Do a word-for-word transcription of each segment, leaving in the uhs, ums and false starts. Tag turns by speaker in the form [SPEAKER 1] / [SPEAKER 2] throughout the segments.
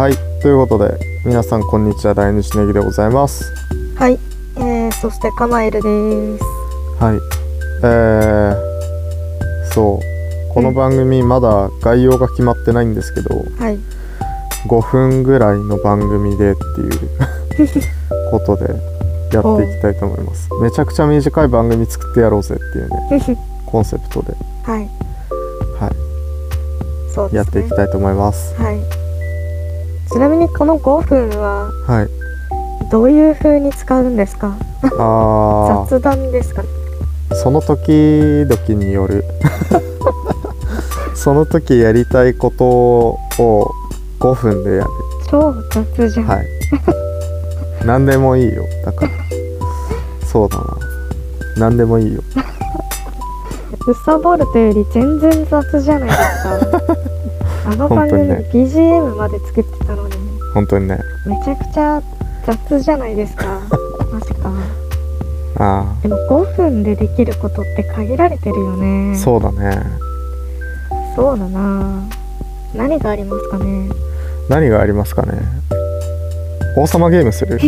[SPEAKER 1] はい、ということで皆さんこんにちは、大日ネギでございます。
[SPEAKER 2] はい、えー、そしてカマエルです。
[SPEAKER 1] はい、えー、そうこの番組まだ概要が決まってないんですけど、
[SPEAKER 2] はい、
[SPEAKER 1] ごふんぐらいの番組でっていうことでやっていきたいと思います。めちゃくちゃ短い番組作ってやろうぜっていうねコンセプトで、
[SPEAKER 2] はい、
[SPEAKER 1] はい、
[SPEAKER 2] そうですね、
[SPEAKER 1] やっていきたいと思います。
[SPEAKER 2] はい。ちなみにこのごふんは
[SPEAKER 1] はい、
[SPEAKER 2] どういう風に使うんですか？
[SPEAKER 1] あ
[SPEAKER 2] 雑談ですか？
[SPEAKER 1] その時々によるその時やりたいことをごふんでやる。
[SPEAKER 2] 超雑じゃん。
[SPEAKER 1] はい何でもいいよ。だからそうだな、何でもいいよ。
[SPEAKER 2] ウサボルトより全然雑じゃないですか。あの番組、ね、ビージーエム まで作ってたのに
[SPEAKER 1] 本当にね、
[SPEAKER 2] めちゃくちゃ雑じゃないですか。マジか。
[SPEAKER 1] あ
[SPEAKER 2] でもごふんでできることって限られてるよね。
[SPEAKER 1] そうだね。
[SPEAKER 2] そうだな。何がありますかね。
[SPEAKER 1] 何がありますかね。王様ゲームする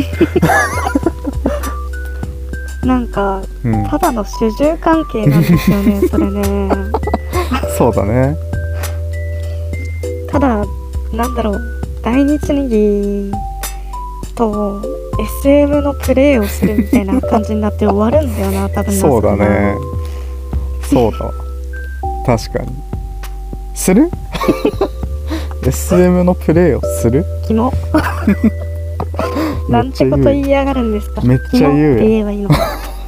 [SPEAKER 2] なんか、
[SPEAKER 1] うん、
[SPEAKER 2] ただの主従関係なんですよねそれね。
[SPEAKER 1] そうだね。
[SPEAKER 2] ただなんだろう、大日ネギと エスエム のプレイをするみたいな感じになって終わるんだよな多分。
[SPEAKER 1] そうだね、そうだ確かにするエスエム のプレイをする。
[SPEAKER 2] キモなんてこと言いやがるんですか。
[SPEAKER 1] めっちゃ言うよ。
[SPEAKER 2] キモって言えばいいのね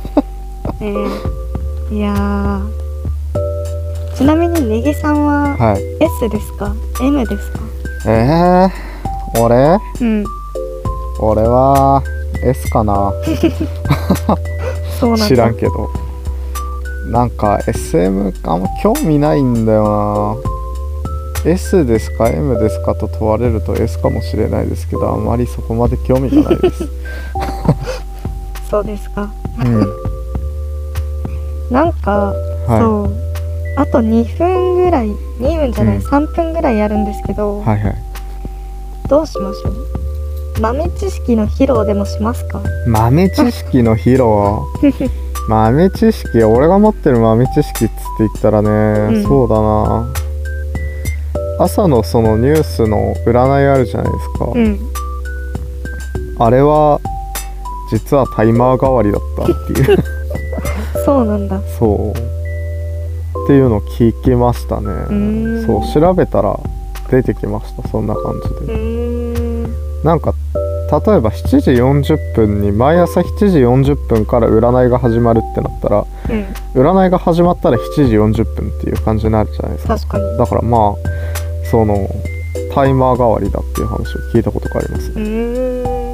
[SPEAKER 2] え。いやー、ちなみにネギさんは、はい、S ですか M ですか？
[SPEAKER 1] えー、俺
[SPEAKER 2] うん
[SPEAKER 1] 俺は S かな
[SPEAKER 2] そうなんだ。
[SPEAKER 1] 知らんけど、なんか エスエム あんま興味ないんだよな。 S ですか M ですかと問われると S かもしれないですけど、あまりそこまで興味がないです
[SPEAKER 2] そうですか。
[SPEAKER 1] うん
[SPEAKER 2] なんか、はい、そうあとにふんぐらい、にふんじゃない、うん、さんぷんぐらいやるんですけど、
[SPEAKER 1] はいはい、
[SPEAKER 2] どうしましょう。豆知識の披露でもしますか？
[SPEAKER 1] 豆知識の披露豆知識、俺が持ってる豆知識っつって言ったらね、うん、そうだな、朝のそのニュースの占いあるじゃないですか、うん、あれは実はタイマー代わりだったっていう
[SPEAKER 2] そうなんだ。
[SPEAKER 1] そうっていうのを聞きましたね。そう調べたら出てきました。そんな感じで、うーん、なんか例えばしちじよんじゅっぷんに毎朝しちじよんじゅっぷんから占いが始まるってなったら、うん、占いが始まったらしちじよんじゅっぷんっていう感じになるじゃないですか。
[SPEAKER 2] 確かに。
[SPEAKER 1] だからまあそのタイマー代わりだっていう話を聞いたことがあります。う
[SPEAKER 2] ーん、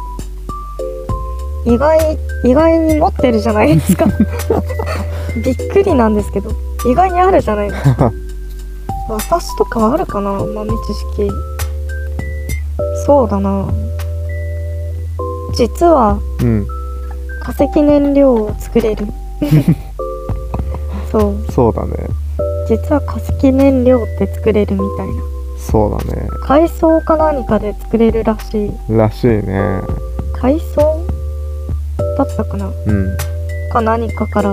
[SPEAKER 2] 意外意外に持ってるじゃないですかびっくりなんですけど、意外にあるじゃないですか私とかはあるかな、豆知識。そうだな、実は、うん、化石燃料を作れるそう
[SPEAKER 1] そうだね、
[SPEAKER 2] 実は化石燃料って作れるみたいな。
[SPEAKER 1] そうだね、
[SPEAKER 2] 海藻か何かで作れるらしい
[SPEAKER 1] らしいね。
[SPEAKER 2] 海藻だったかな、うん、か何かから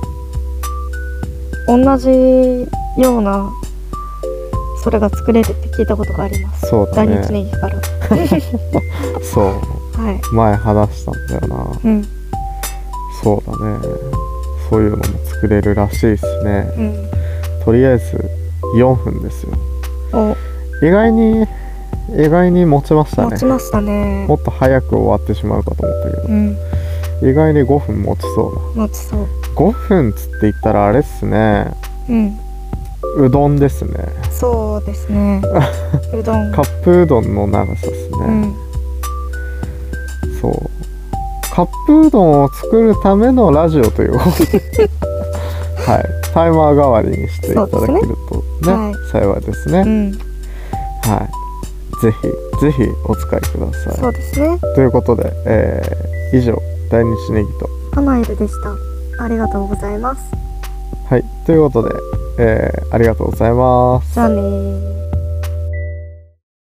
[SPEAKER 2] 同じようなそれが作れるって聞いたことがあります。
[SPEAKER 1] そうだね、
[SPEAKER 2] 大日ネギから
[SPEAKER 1] そう、
[SPEAKER 2] はい、
[SPEAKER 1] 前話したんだよな、うん、そうだね、そういうのも作れるらしいですね、うん、とりあえずよんぷんですよ。お、意外に意外に持ちましたね。
[SPEAKER 2] 持ちましたね。
[SPEAKER 1] もっと早く終わってしまうかと思ったけど、うん、意外にごふん持ちそうだ。
[SPEAKER 2] 持ちそう。ご
[SPEAKER 1] ふんつって言ったらあれっすね、うん、うどんですね。
[SPEAKER 2] そうですねうどん
[SPEAKER 1] カップうどんの長さですね、うん、そうカップうどんを作るためのラジオというはい、タイマー代わりにしていただけると ね, ね、はい、幸いですね、うん、はい、ぜひぜひお使いください。
[SPEAKER 2] そうですね。
[SPEAKER 1] ということで、えー、以上大日ネギと
[SPEAKER 2] カマエルでした。ありがとうございます。
[SPEAKER 1] はい、ということで、えー、ありがとうございます。
[SPEAKER 2] じゃあねー。